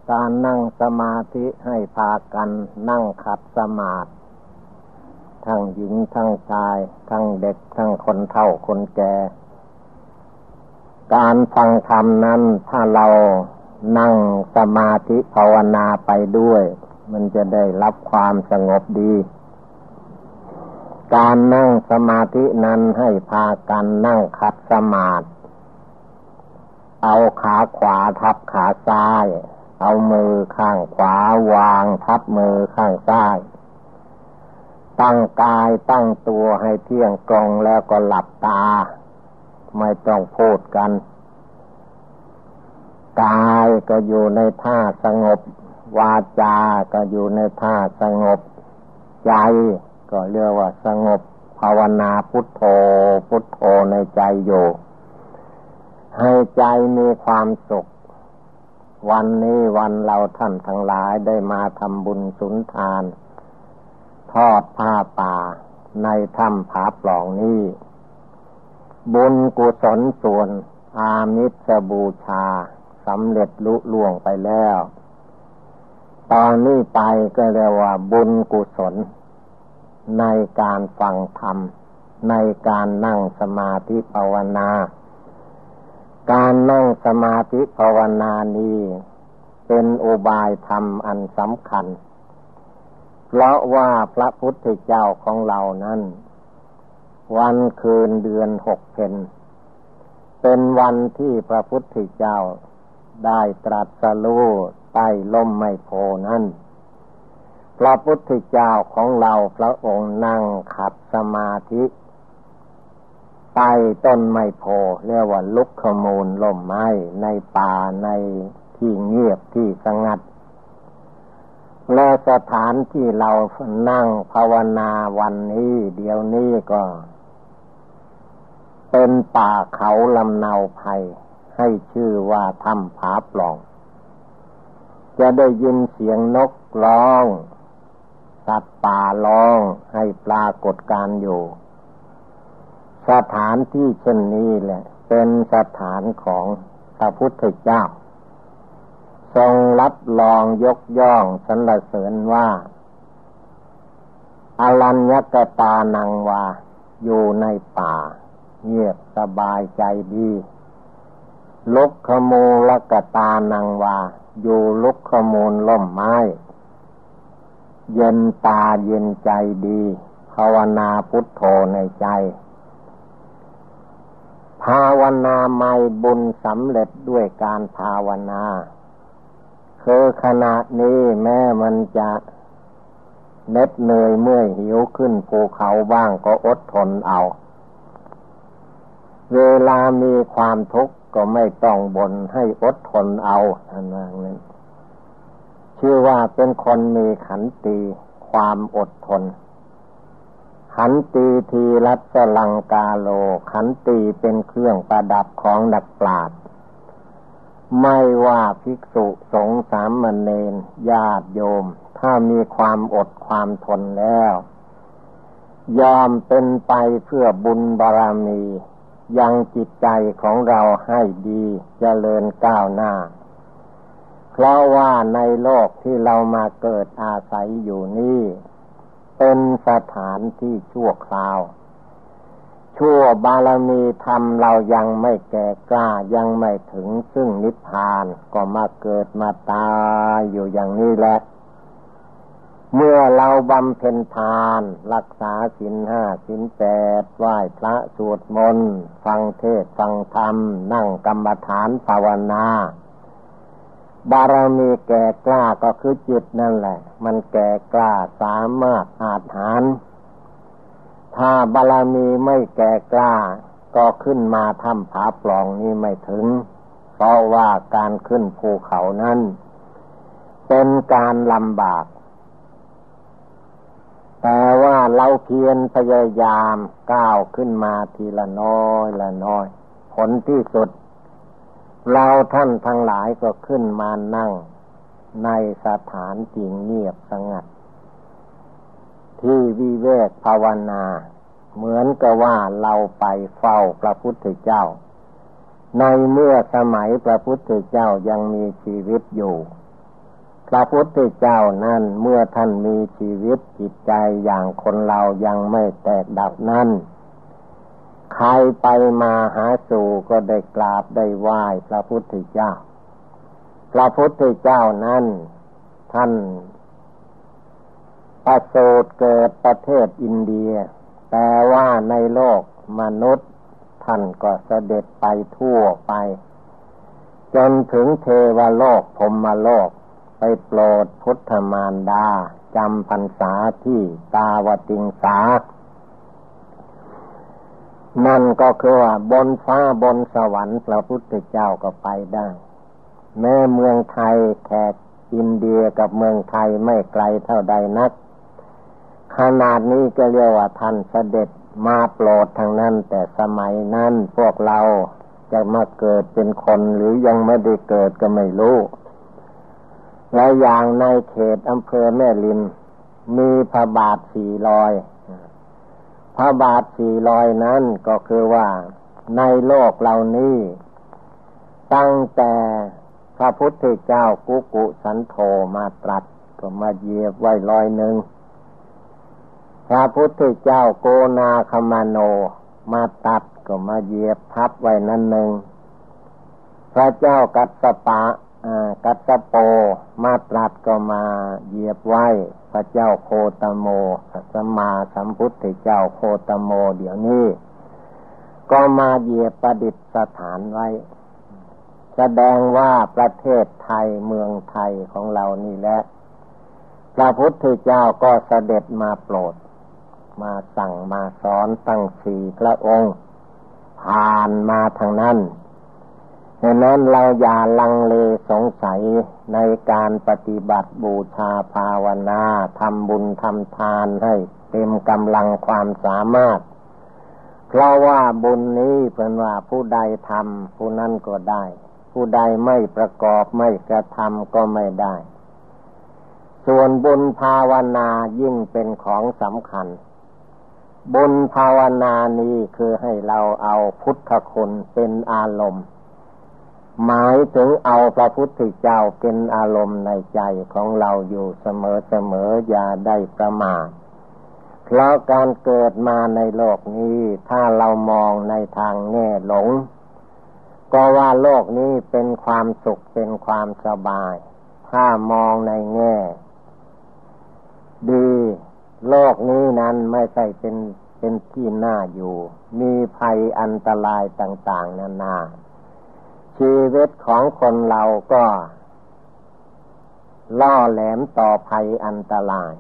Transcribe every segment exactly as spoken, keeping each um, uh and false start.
การนั่งสมาธิให้พากันนั่งขัดสมาธิทั้งหญิงทั้งชายทั้งเด็กทั้งคนเฒ่าคนแก่การฟังธรรมนั้นถ้าเรานั่งสมาธิภาวนาไปด้วยมันจะได้รับความสงบดีการนั่งสมาธินั้นให้พากันนั่งขัดสมาธิเอาขาขวาทับขาซ้ายเอามือข้างขวาวางทับมือข้างซ้ายตั้งกายตั้งตัวให้เที่ยงตรงแล้วก็หลับตาไม่ต้องพูดกันกายก็อยู่ในท่าสงบวาจาก็อยู่ในท่าสงบใจก็เรียกว่าสงบภาวนาพุทโธพุทโธในใจอยู่ให้ใจมีความสุขวันนี้วันเราท่านทั้งหลายได้มาทำบุญสุนทานทอดผ้าป่าในถ้ำผาปล่องนี้บุญกุศลส่วนอามิสบูชาสำเร็จลุล่วงไปแล้วตอนนี้ไปก็เรียกว่าบุญกุศลในการฟังธรรมในการนั่งสมาธิภาวนาการนั่งสมาธิภาวนานี้เป็นอุบายธรรมอันสำคัญเพราะว่าพระพุทธเจ้าของเรานั้นวันคืนเดือนหกเพ็ญเป็นวันที่พระพุทธเจ้าได้ตรัสรู้ใต้ร่มไมโพนั้นพระพุทธเจ้าของเราพระองค์นั่งขัดสมาธิใต้ต้นไมโพเรียกว่าลุกขมูลร่มไม้ในป่าในที่เงียบที่สงัดและสถานที่เรานั่งภาวนาวันนี้เดี๋ยวนี้ก็เป็นป่าเขาลำเนาไพรให้ชื่อว่าถ้ำผาปล่องจะได้ยินเสียงนกร้องสัตว์ป่าร้องให้ปรากฏการอยู่สถานที่เช่นนี้แหละเป็นสถานของพระพุทธเจ้าทรงรับรองยกย่องสรรเสริญว่าอรัญญกตานังวาอยู่ในป่าเงียบสบายใจดีลุกขมูลกตานังวาอยู่ลุกขมูลล่มไม้เย็นตาเย็นใจดีภาวนาพุทโธในใจภาวนาไม่บุญสำเร็จด้วยการภาวนาคือขณะนี้แม้มันจะเหน็ดเหนื่อยเมื่อยหิวขึ้นภูเขาบ้างก็อดทนเอาเวลามีความทุกข์ก็ไม่ต้องบ่นให้อดทนเอาท่านว่างั้นชื่อว่าเป็นคนมีขันติความอดทนขันติทีรัสลังกาโลขันติเป็นเครื่องประดับของนักปราชญ์ไม่ว่าภิกษุสงฆ์สามเณรญาติโยมถ้ามีความอดความทนแล้วยอมเป็นไปเพื่อบุญบารมียังจิตใจของเราให้ดีเจริญก้าวหน้าเพราะว่าในโลกที่เรามาเกิดอาศัยอยู่นี้เป็นสถานที่ชั่วคราวชั่วบารมีธรรมเรายังไม่แก่กล้ายังไม่ถึงซึ่งนิพพานก็มาเกิดมาตายอยู่อย่างนี้แหละเมื่อเราบำเพ็ญทานรักษาศีลห้าศีลแปดไหว้พระสวดมนต์ฟังเทศน์ฟังธรรมนั่งกรรมฐานภาวนาบารมีแก่กล้าก็คือจิตนั่นแหละมันแก่กล้าสามารถอาจหาญถ้าบารมีไม่แก่กล้าก็ขึ้นมาถ้ำผาปล่องนี้ไม่ถึงเพราะว่าการขึ้นภูเขานั้นเป็นการลำบากแต่ว่าเราเพียรพยายามก้าวขึ้นมาทีละน้อยละน้อยผลที่สุดเราท่านทั้งหลายก็ขึ้นมานั่งในสถานที่เงียบสงัดที่วิเวกภาวนาเหมือนกับว่าเราไปเฝ้าพระพุทธเจ้าในเมื่อสมัยพระพุทธเจ้ายังมีชีวิตอยู่ระพุทธเจ้านั้นเมื่อท่านมีชีวิตจิตใจอย่างคนเรายังไม่แตกดับนั้นใครไปมาหาสู่ก็ได้กราบได้ไหว้พระพุทธเจ้าพระพุทธเจ้านั้นท่านประสูติเกิดประเทศอินเดียแต่ว่าในโลกมนุษย์ท่านก็เสด็จไปทั่วไปจนถึงเทวโลกพรหมโลกไปโปรดพุทธมารดาจำพรรษาที่ตาวติงสานั่นก็คือว่าบนฟ้าบนสวรรค์พระพุทธเจ้าก็ไปได้แม้เมืองไทยแขกอินเดียกับเมืองไทยไม่ไกลเท่าใดนักขนาดนี้ก็เรียกว่าท่านเสด็จมาโปรดทางนั้นแต่สมัยนั้นพวกเราจะมาเกิดเป็นคนหรือยังไม่ได้เกิดก็ไม่รู้และอย่างในเขตอำเภอแม่ริมมีพระบาทสี่รอยพระบาทสี่รอยนั้นก็คือว่าในโลกเหล่านี้ตั้งแต่พระพุทธเจ้ากุกุสันโธมาตรัสก็มาเหยียบไว้รอยหนึ่งพระพุทธเจ้าโกนาคมโนมาตัดก็มาเหยียบทับไว้นั่นหนึ่งพระเจ้ากัสสปะกัสสโปมาตรัสก็มาเหยียบไว้พระเจ้าโคตโมสัมมาสัมพุทธเจ้าโคตโมเดี๋ยวนี้ก็มาเหยียบประดิษฐานไว้แสดงว่าประเทศไทยเมืองไทยของเรานี่แหละพระพุทธเจ้าก็เสด็จมาโปรดมาสั่งมาสอนตั้งสี่พระองค์ผ่านมาทางนั้นฉะนั้นเราอย่าลังเลสงสัยในการปฏิบัติบูชาภาวนาทำบุญทำทานให้เต็มกำลังความสามารถเพราะว่าบุญนี้เป็นว่าผู้ใดทำผู้นั้นก็ได้ผู้ใดไม่ประกอบไม่กระทำก็ไม่ได้ส่วนบุญภาวนายิ่งเป็นของสำคัญบุญภาวนานี้คือให้เราเอาพุทธคุณเป็นอารมณ์หมายถึงเอาพระพุทธเจ้าเป็นอารมณ์ในใจของเราอยู่เสมอๆอย่าได้ประมาทเพราะการเกิดมาในโลกนี้ถ้าเรามองในทางแง่หลงก็ว่าโลกนี้เป็นความสุขเป็นความสบายถ้ามองในแง่ดีโลกนี้นั้นไม่ใช่เป็นเป็นที่น่าอยู่มีภัยอันตรายต่างๆนานาชีวิตของคนเราก็ล่อแหลมต่อภัยอันตราย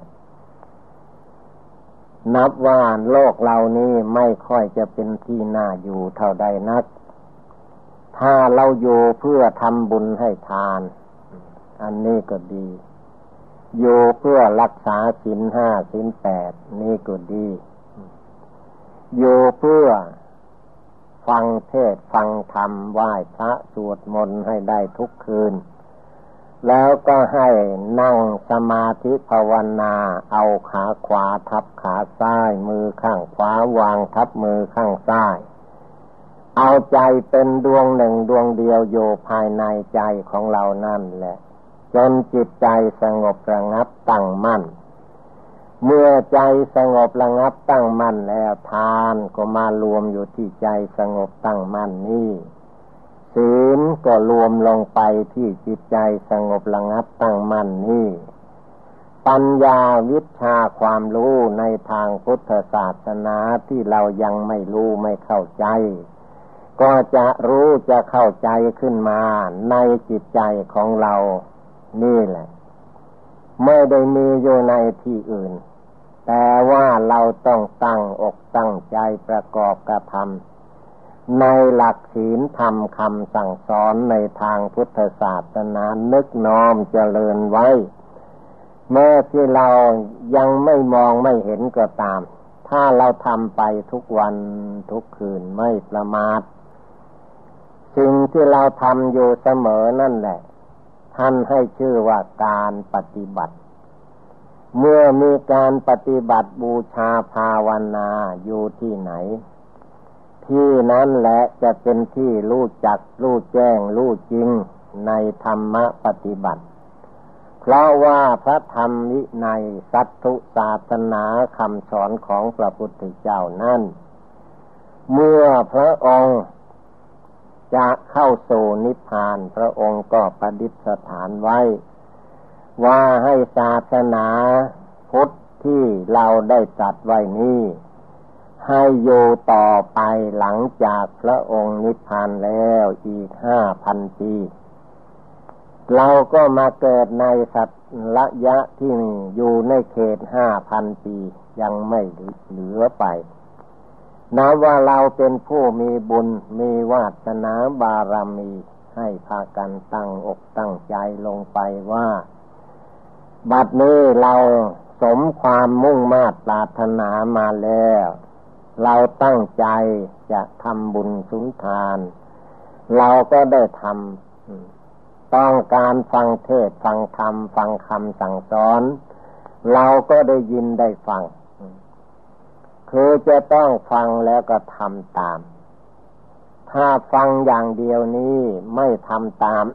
นับว่าโลกเรานี้ไม่ค่อยจะเป็นที่น่าอยู่เท่าใดนักถ้าเราอยู่เพื่อทำบุญให้ทานอันนี้ก็ดีอยู่เพื่อรักษาศีลห้าศีลแปดนี่ก็ดีอยู่เพื่อฟังเทศน์ฟังธรรมไหว้พระสวดมนต์ให้ได้ทุกคืนแล้วก็ให้นั่งสมาธิภาวนาเอาขาขวาทับขาซ้ายมือข้างขวาวางทับมือข้างซ้ายเอาใจเป็นดวงหนึ่งดวงเดียวอยู่ภายในใจของเรานั่นแหละจนจิตใจสงบระงับตั้งมั่นเมื่อใจสงบระงับตั้งมั่นแล้วทานก็มารวมอยู่ที่ใจสงบตั้งมั่นนี้ศีลก็รวมลงไปที่จิตใจสงบระงับตั้งมั่นนี้ปัญญาวิชาความรู้ในทางพุทธศาสนาที่เรายังไม่รู้ไม่เข้าใจก็จะรู้จะเข้าใจขึ้นมาในจิตใจของเรานี่แหละไม่ได้มีอยู่ในที่อื่นแต่ว่าเราต้องตั้งอกตั้งใจประกอบกระทำในหลักศีลธรรมคำสั่งสอนในทางพุทธศาสนานึกน้อมเจริญไว้เมื่อที่เรายังไม่มองไม่เห็นก็ตามถ้าเราทำไปทุกวันทุกคืนไม่ประมาทสิ่งที่เราทำอยู่เสมอนั่นแหละท่านให้ชื่อว่าการปฏิบัติเมื่อมีการปฏิบัติบูชาภาวนาอยู่ที่ไหนที่นั้นแหละจะเป็นที่รู้จักรู้แจ้งรู้จริงในธรรมะปฏิบัติเพราะว่าพระธรรมวินัยสัตถุศาสนาคำสอนของพระพุทธเจ้านั้นเมื่อพระองค์จะเข้าสู่นิพพานพระองค์ก็ประดิษฐานไว้ว่าให้ศาสนาพุทธที่เราได้จัดไว้นี้ให้อยู่ต่อไปหลังจากพระองค์นิพพานแล้วอีกห้าพันปีเราก็มาเกิดในสัตว์ระยะที่นี่อยู่ในเขตห้าพันปียังไม่เหลือไปนับว่าเราเป็นผู้มีบุญมีวาสนาบารมีให้พากันตั้งอกตั้งใจลงไปว่าบัดนี้เราสมความมุ่งมา่ปรารถนามาแล้วเราตั้งใจจะทำบุญสุนทานเราก็ได้ทำต้องการฟังเทศน์ฟังธรรมฟังคำสั่งสอนเราก็ได้ยินได้ฟังคือจะต้องฟังแล้วก็ทำตามถ้าฟังอย่างเดียวนี้ไม่ทำตาม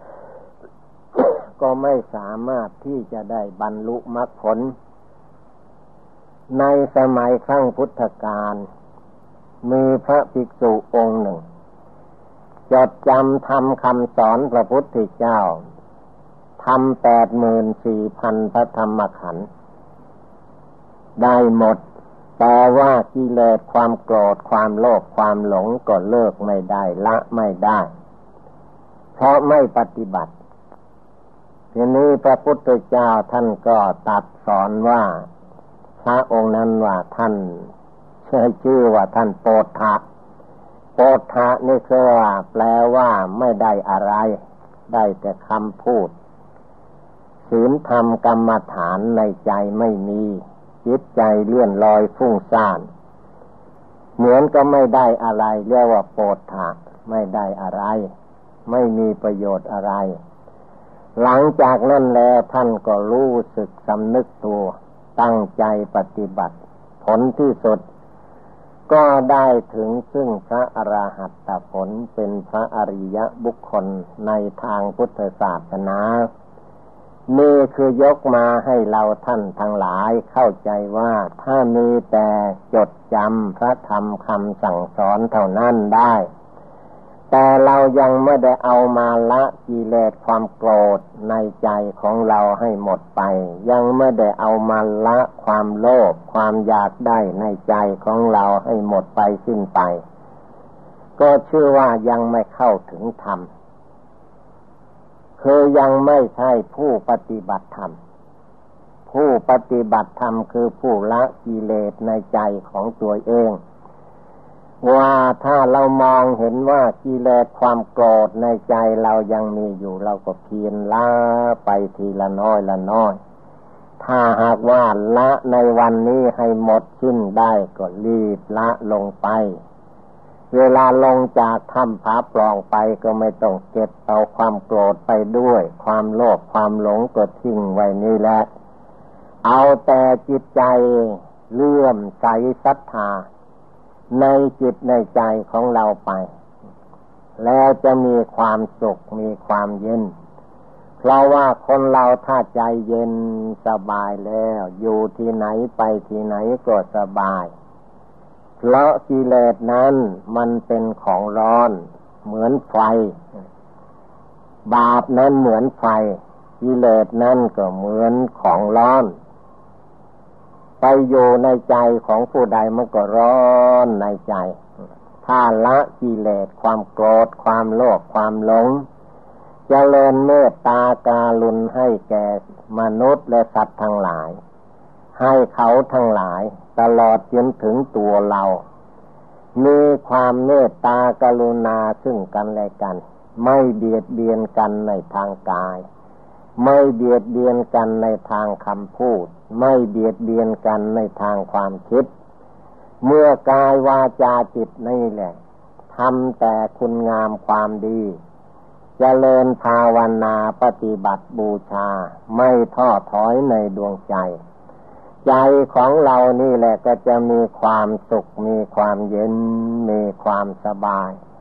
ก็ไม่สามารถที่จะได้บรรลุมรรคผลในสมัยครั้งพุทธกาลมีพระภิกษุองค์หนึ่งจดจำทำคำสอนพระพุทธเจ้าทำแปดหมื่นสี่พันพระธรรมขันธ์ได้หมดแต่ว่ากิเลสความโกรธความโลภความหลงก็เลิกไม่ได้ละไม่ได้เพราะไม่ปฏิบัติทีนี้พระพุทธเจ้าท่านก็ตรัสสอนว่าพระองค์นั้นว่าท่านใช้ชื่อว่าท่านโปฏฐะโปฏฐะนี่คือว่าแปลว่าไม่ได้อะไรได้แต่คำพูดศีลธรรมกรรมฐานในใจไม่มีจิตใจเลื่อนลอยฟุ้งซ่านเหมือนก็ไม่ได้อะไรเรียกว่าโปฏฐะไม่ได้อะไรไม่มีประโยชน์อะไรหลังจากนั้นแล้วท่านก็รู้สึกสำนึกตัวตั้งใจปฏิบัติผลที่สุดก็ได้ถึงซึ่งพระอรหัตตผลเป็นพระอริยบุคคลในทางพุทธศาสนานี่คือยกมาให้เราท่านทั้งหลายเข้าใจว่าถ้ามีแต่จดจำพระธรรมคำสั่งสอนเท่านั้นได้แต่เรายังไม่ได้เอามาละกิเลสความโกรธในใจของเราให้หมดไปยังไม่ได้เอามาละความโลภความอยากได้ในใจของเราให้หมดไปสิ้นไปก็ชื่อว่ายังไม่เข้าถึงธรรมคือยังไม่ใช่ผู้ปฏิบัติธรรมผู้ปฏิบัติธรรมคือผู้ละกิเลสในใจของตัวเองว่าถ้าเรามองเห็นว่ากิเลสความโกรธในใจเรายังมีอยู่เราก็เพียรละไปทีละน้อยละน้อยถ้าหากว่าละในวันนี้ให้หมดสิ้นได้ก็รีบละลงไปเวลาลงจากถ้ำผาปล่องไปก็ไม่ต้องเก็บเอาความโกรธไปด้วยความโลภความหลงก็ทิ้งไว้นี่แหละเอาแต่จิตใจเลื่อมใสศรัทธาในจิตในใจของเราไปแล้วจะมีความสุขมีความเย็นเพราะว่าคนเราถ้าใจเย็นสบายแล้วอยู่ที่ไหนไปที่ไหนก็สบายเพราะกิเลสนั้นมันเป็นของร้อนเหมือนไฟบาปนั้นเหมือนไฟกิเลสนั้นก็เหมือนของร้อนไปอยู่ในใจของผู้ใดมันก็ร้อนในใจถ้าละกิเลสความโกรธความโลภความหลงเจริญเมตตากรุณาให้แก่มนุษย์และสัตว์ทั้งหลายให้เขาทั้งหลายตลอดจนถึงตัวเรามีความเมตตากรุณาซึ่งกันและกันไม่เบียดเบียนกันในทางกายไม่เบียดเบียนกันในทางคำพูดไม่เบียดเบียนกันในทางความคิดเมื่อกายวาจาจิตนี่แหละทำแต่คุณงามความดีเจริญภาวนาปฏิบัติบูชาไม่ท้อถอยในดวงใจใจของเรานี่แหละก็จะมีความสุขมีความเย็นมีความสบาย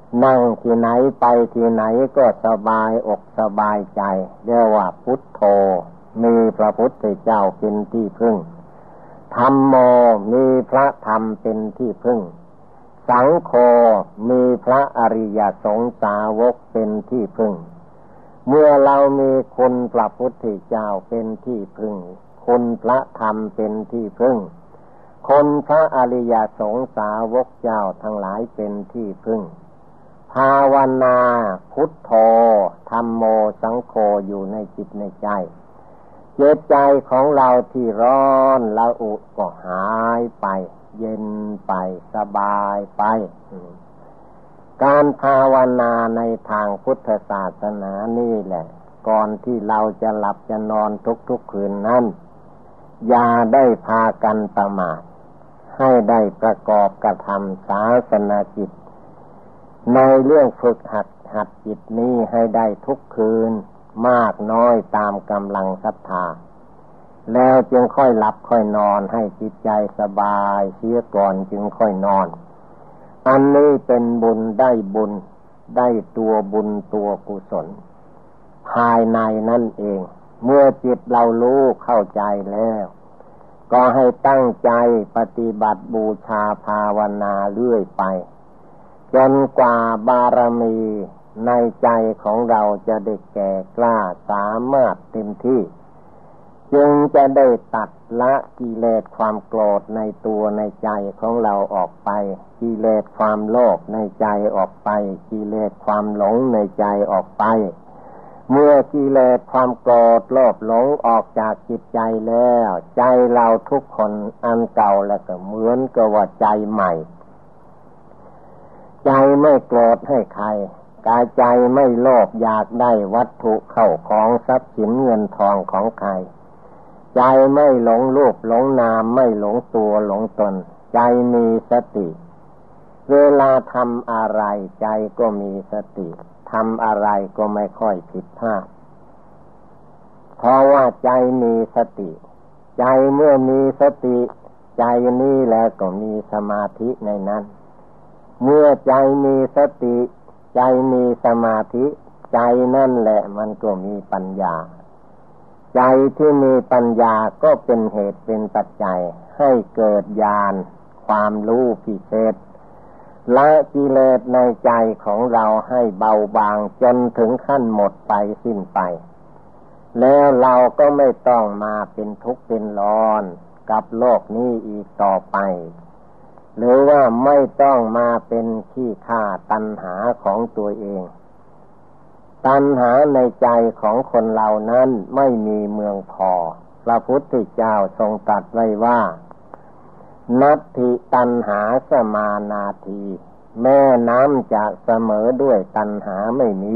นั่งที่ไหนไปที่ไหนก็สบายอกสบายใจเรียกว่าพุทโธมีพระพุทธเจ้าเป็นที่พึ่งธัมโมมีพระธรรมเป็นที่พึ่งสังโฆมีพระอริยสงฆ์สาวกเป็นที่พึ่งเมื่อเรามีคุณพระพุทธเจ้าเป็นที่พึ่งคุณพระธรรมเป็นที่พึ่งคนพระอริยสงฆ์สาวกเจ้าทั้งหลายเป็นที่พึ่งภาวนาพุทโธธัมโมสังโฆอยู่ในจิตในใจจิตใจของเราที่ร้อนละอุก็หายไปเย็นไปสบายไปการภาวนาในทางพุทธศาสนานี่แหละก่อนที่เราจะหลับจะนอนทุกๆคืนนั้นอย่าได้พากันประมาทให้ได้ประกอบกระทำศาสนกิจในเรื่องฝึกหัดหัดจิตนี้ให้ได้ทุกคืนมากน้อยตามกำลังศรัทธาแล้วจึงค่อยหลับค่อยนอนให้จิตใจสบายเสียก่อนจึงค่อยนอนอันนี้เป็นบุญได้บุญได้ตัวบุญตัวกุศลภายในนั่นเองเมื่อจิตเรารู้เข้าใจแล้วก็ให้ตั้งใจปฏิบัติบูชาภาวนาเรื่อยไปจนกว่าบารมีในใจของเราจะได้แก่กล้าสามารถเต็มที่จึงจะได้ตัดละกิเลสความโกรธในตัวในใจของเราออกไปกิเลสความโลภในใจออกไปกิเลสความหลงในใจออกไปเมื่อกิเลสความโกรธโลภหลงออกจากจิตใจแล้วใจเราทุกคนอันเก่าแล้วก็เหมือนกับว่าใจใหม่ใจไม่โกรธให้ใครกายใจไม่โลภอยากได้วัตถุเข้าของทรัพย์สินเงินทองของใครใจไม่หลงรูปหลงนามไม่หลงตัวหลงตนใจมีสติเวลาทำอะไรใจก็มีสติทำอะไรก็ไม่ค่อยผิดพลาดเพราะว่าใจมีสติใจเมื่อมีสติใจนี้แล้วก็มีสมาธิในนั้นเมื่อใจมีสติใจมีสมาธิใจนั่นแหละมันก็มีปัญญาใจที่มีปัญญาก็เป็นเหตุเป็นปัจจัยให้เกิดญาณความรู้พิเศษละกิเลสในใจของเราให้เบาบางจนถึงขั้นหมดไปสิ้นไปแล้วเราก็ไม่ต้องมาเป็นทุกข์เป็นร้อนกับโลกนี้อีกต่อไปหรือว่าไม่ต้องมาเป็นขี้ข้าตัณหาของตัวเองตัณหาในใจของคนเรานั้นไม่มีเมืองพอพระพุทธเจ้าทรงตรัสไว้ว่านัตถิตัณหาสมานาทีแม่น้ำจะเสมอด้วยตัณหาไม่มี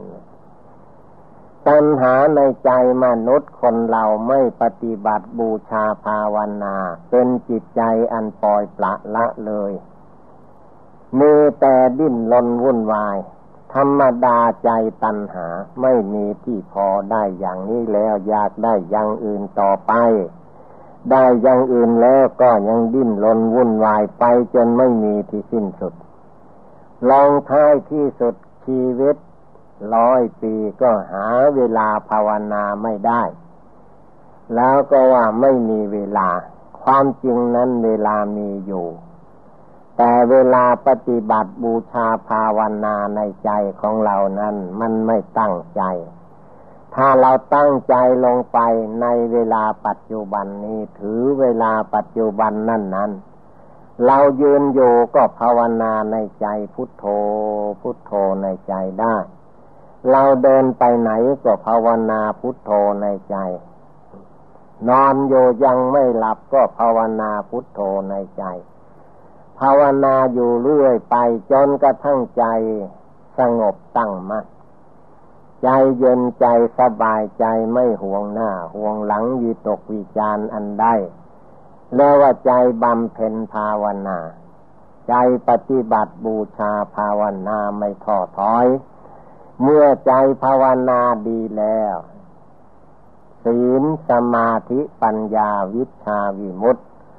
ตัณหาในใจมนุษย์คนเราไม่ปฏิบัติบูชาภาวนาเป็นจิตใจอันปล่อยปละละเลยมีแต่ดิ้นรนวุ่นวายธรรมดาใจตัณหาไม่มีที่พอได้อย่างนี้แล้วอยากได้อย่างอื่นต่อไปได้อย่างอื่นแล้วก็ยังดิ้นรนวุ่นวายไปจนไม่มีที่สิ้นสุดลองท้ายที่สุดชีวิตร้อยปีก็หาเวลาภาวนาไม่ได้แล้วก็ว่าไม่มีเวลาความจริงนั้นเวลามีอยู่แต่เวลาปฏิบัติบูชาภาวนาในใจของเรานั้นมันไม่ตั้งใจถ้าเราตั้งใจลงไปในเวลาปัจจุบันนี้ถือเวลาปัจจุบันนั้นนั้นเรายืนอยู่ก็ภาวนาในใจพุทโธพุทโธในใจได้เราเดินไปไหนก็ภาวนาพุทโธในใจนอนอยู่ยังไม่หลับก็ภาวนาพุทโธในใจภาวนาอยู่เรื่อยไปจนกระทั่งใจสงบตั้งมั่นใจเย็นใจสบายใจไม่ห่วงหน้าห่วงหลังวิตกวิจารอันใดแล้วว่าใจบำเพ็ญภาวนาใจปฏิบัติบูชาภาวนาไม่ท้อถอยเมื่อใจภาวนาดีแล้วศีลสมาธิปัญญาวิชาวิมุตติ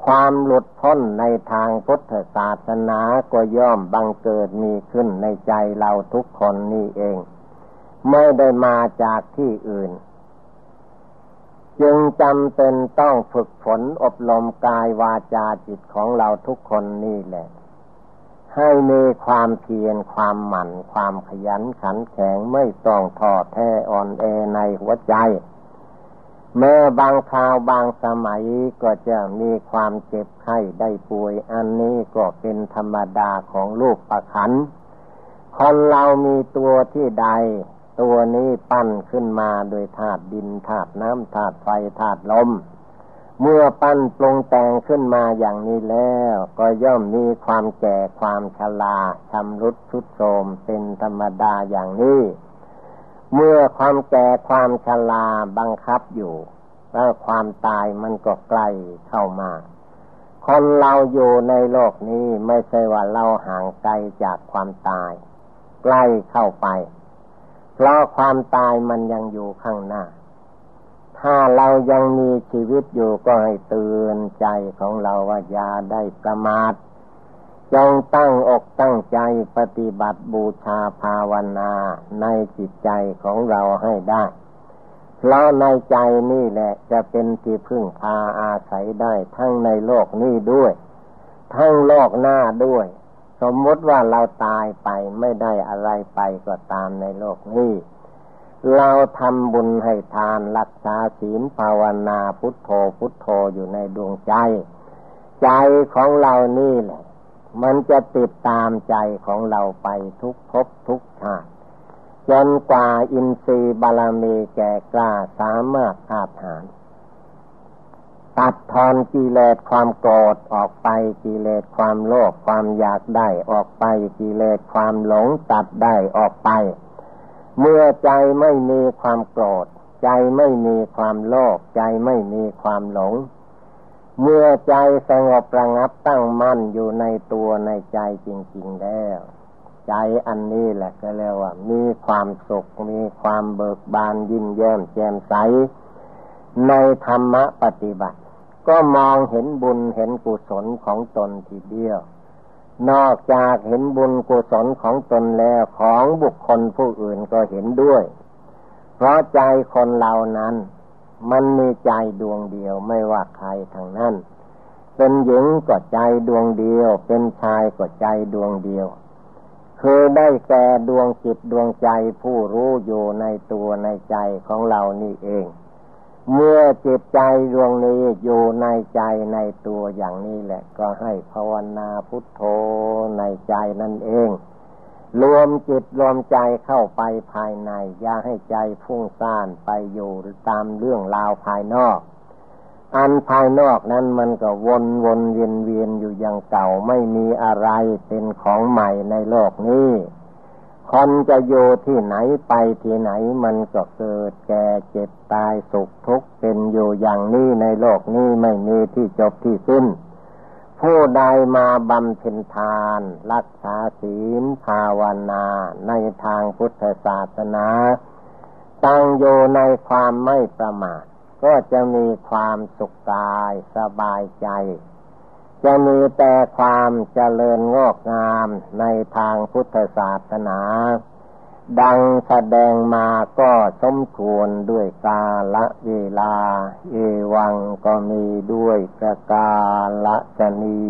ความหลุดพ้นในทางพุทธศาสนาก็ย่อมบังเกิดมีขึ้นในใจเราทุกคนนี่เองไม่ได้มาจากที่อื่นจึงจำเป็นต้องฝึกฝนอบรมกายวาจาจิตของเราทุกคนนี่แหละให้มีความเพียรความหมั่นความขยันขันแข็งไม่ต้องท้อแท้อ่อนแอในหัวใจแม้บางคราวบางสมัยก็จะมีความเจ็บไข้ได้ป่วยอันนี้ก็เป็นธรรมดาของรูปขันธ์คนเรามีตัวที่ใดตัวนี้ปั้นขึ้นมาโดยธาตุดินธาตุน้ำธาตุไฟธาตุลมเมื่อปั้นปรุงแต่งขึ้นมาอย่างนี้แล้วก็ย่อมมีความแก่ความชราชำรุดทรุดโทรมเป็นธรรมดาอย่างนี้เมื่อความแก่ความชราบังคับอยู่แล้วความตายมันก็ใกล้เข้ามาคนเราอยู่ในโลกนี้ไม่ใช่ว่าเราห่างไกลจากความตายใกล้เข้าไปเพราะความตายมันยังอยู่ข้างหน้าถ้าเรายังมีชีวิตอยู่ก็ให้เตือนใจของเราว่าอย่าได้ประมาทจงตั้งอกตั้งใจปฏิบัติบูชาภาวนาในจิตใจของเราให้ได้เพราะในใจนี่แหละจะเป็นที่พึ่งพาอาศัยได้ทั้งในโลกนี้ด้วยทั้งโลกหน้าด้วยสมมติว่าเราตายไปไม่ได้อะไรไปก็ตามในโลกนี้เราทำบุญให้ทานรักษาศีลภาวนาพุทโธพุทโธอยู่ในดวงใจใจของเรานี่แหละมันจะติดตามใจของเราไปทุกภพทุกชาติจนกว่าอินทรีย์บารมีแก่กล้าสามารถอาถรรพ์ตัดทอนกิเลสความโกรธออกไปกิเลสความโลภความอยากได้ออกไปกิเลสความหลงตัดได้ออกไปเมื่อใจไม่มีความโกรธใจไม่มีความโลภใจไม่มีความหลงเมื่อใจสงบระงับตั้งมั่นอยู่ในตัวในใจจริงๆแล้วใจอันนี้แหละก็เรียกว่ามีความสุขมีความเบิกบานยิ้มแย้มแจ่มใสในธรรมปฏิบัติก็มองเห็นบุญเห็นกุศลของตนทีเดียวนอกจากเห็นบุญกุศลของตนแล้วของบุคคลผู้อื่นก็เห็นด้วยเพราะใจคนเรานั้นมันมีใจดวงเดียวไม่ว่าใครทางนั้นเป็นหญิงก็ใจดวงเดียวเป็นชายก็ใจดวงเดียวคือได้แก่ดวงจิตดวงใจผู้รู้อยู่ในตัวในใจของเรานี่เองเมื่อจิตใจดวงนี้อยู่ในใจในตัวอย่างนี้แหละก็ให้ภาวนาพุทโธในใจนั่นเองรวมจิตรวมใจเข้าไปภายในอย่าให้ใจฟุ้งซ่านไปอยู่ตามเรื่องราวภายนอกอันภายนอกนั้นมันก็วนวนเวียนเวียนอยู่อย่างเก่าไม่มีอะไรเป็นของใหม่ในโลกนี้คนจะอยู่ที่ไหนไปที่ไหนมันก็เกิดแก่เจ็บตายสุขทุกข์เป็นอยู่อย่างนี้ในโลกนี้ไม่มีที่จบที่สิ้นผู้ใดมาบำเพ็ญทานรักษาศีลภาวนาในทางพุทธศาสนาตั้งอยู่ในความไม่ประมาทก็จะมีความสุขกายสบายใจจะมีแต่ความเจริญงอกงามในทางพุทธศาสนาดังแสดงมาก็สมควรด้วยกาลเวลาเอวังก็มีด้วยประกาศนี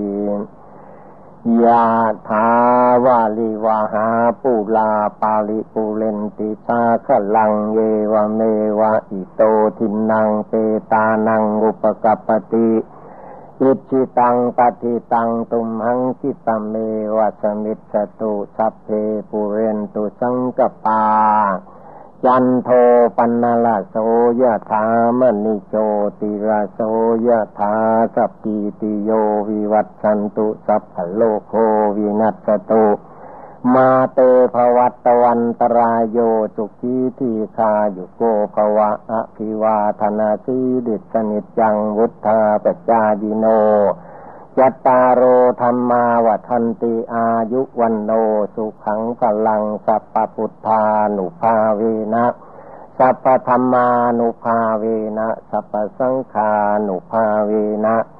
ยะถาวาลิวหาปุราปาลิปุเรนติสาคลังเยวเมวะอิโตทินังเปตานังอุปกัปปติอิจิตังปฏิตังตุมหังคิปะเมวะสมิจฉตุสัพเพปุเรนตุสังกปาจันโทปนลโสยะถามณิโชติระโสยะถาสัพพิติโยวิวัตชันตุสัพพะโลกโควินัสสตุมาเตภวัตวันตรายโยสุขีทีคายุโกภวะอภิวาทนาสีดิสนิจจังวุฒาปจายิโนยัตตารโอธรรมาวัฏันติอายุวันโนสุขังพลังสัพพพุทธานุภาเวนะสัพพธัมมานุภาเวนะสัพพสังฆานุภาเวนะ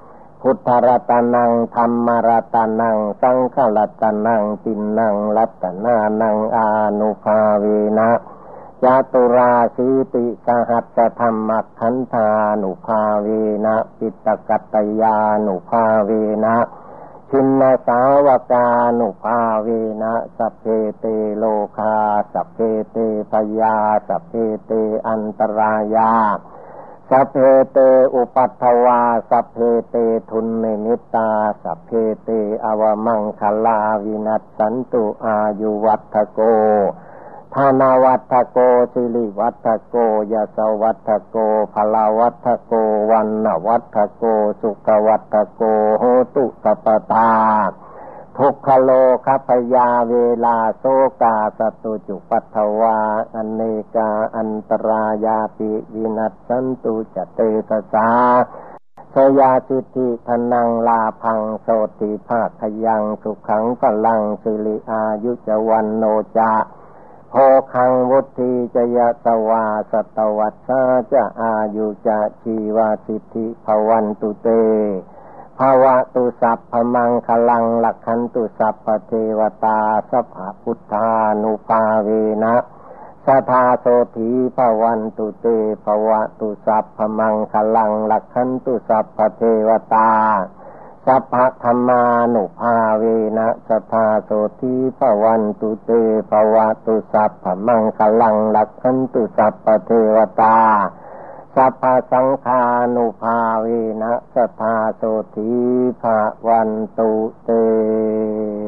พุทธรัตนังธัมมรัตนังสังฆรัตนังตินนังรัตนานังอานุภาเวนะจตุราสีติสหัสสธรรมขันธานุภาเวนะปิตกัตตยานุภาเวนะชินสาวกานุภาเวนะสัพเพเตโลคาสัพเพเตพยาสัพเพเตอันตรายาสัพเพเตอุปัฏฐวาสัพเพเตทุนนิมิตตาสัพเพเตอวมังคลาวินัสสันตุอายุวัฏโกธนาวัฏโกสิริวัฏโกยสวัฏโกภลาวัฏโกวันนวัฏโกสุขวัฏโกโหตุสัพพตาทุกขโลคัพยาเวลาโสกาสตุจุปัฏฐวาอเนกาอันตรายาปิวินัสสันตุจเตตสาสยาสิทธิธนังลาภังโสติภาคยังสุขังพลังสิริอายุจวันโนจาโภคังวุฒิจยสวาสตวัสสะจะอายุจะชีวาสิทธิภวันตุเตภาวะตุสัพพมังคลังลักขันตุสัพพเทวตาสัพพพุทธานุภาเวนะสัทธาโสถีภวันตุเตภาวะตุสัพพมังคลังลักขันตุสัพพเทวตาสัพพธรรมานุภาเวนะสัทธาโสถีภวันตุเตภาวะตุสัพพมังคลังลักขันตุสัพพเทวตาสัพพสังฆานุภาเวนะสัทธาโสถีภวันตุเต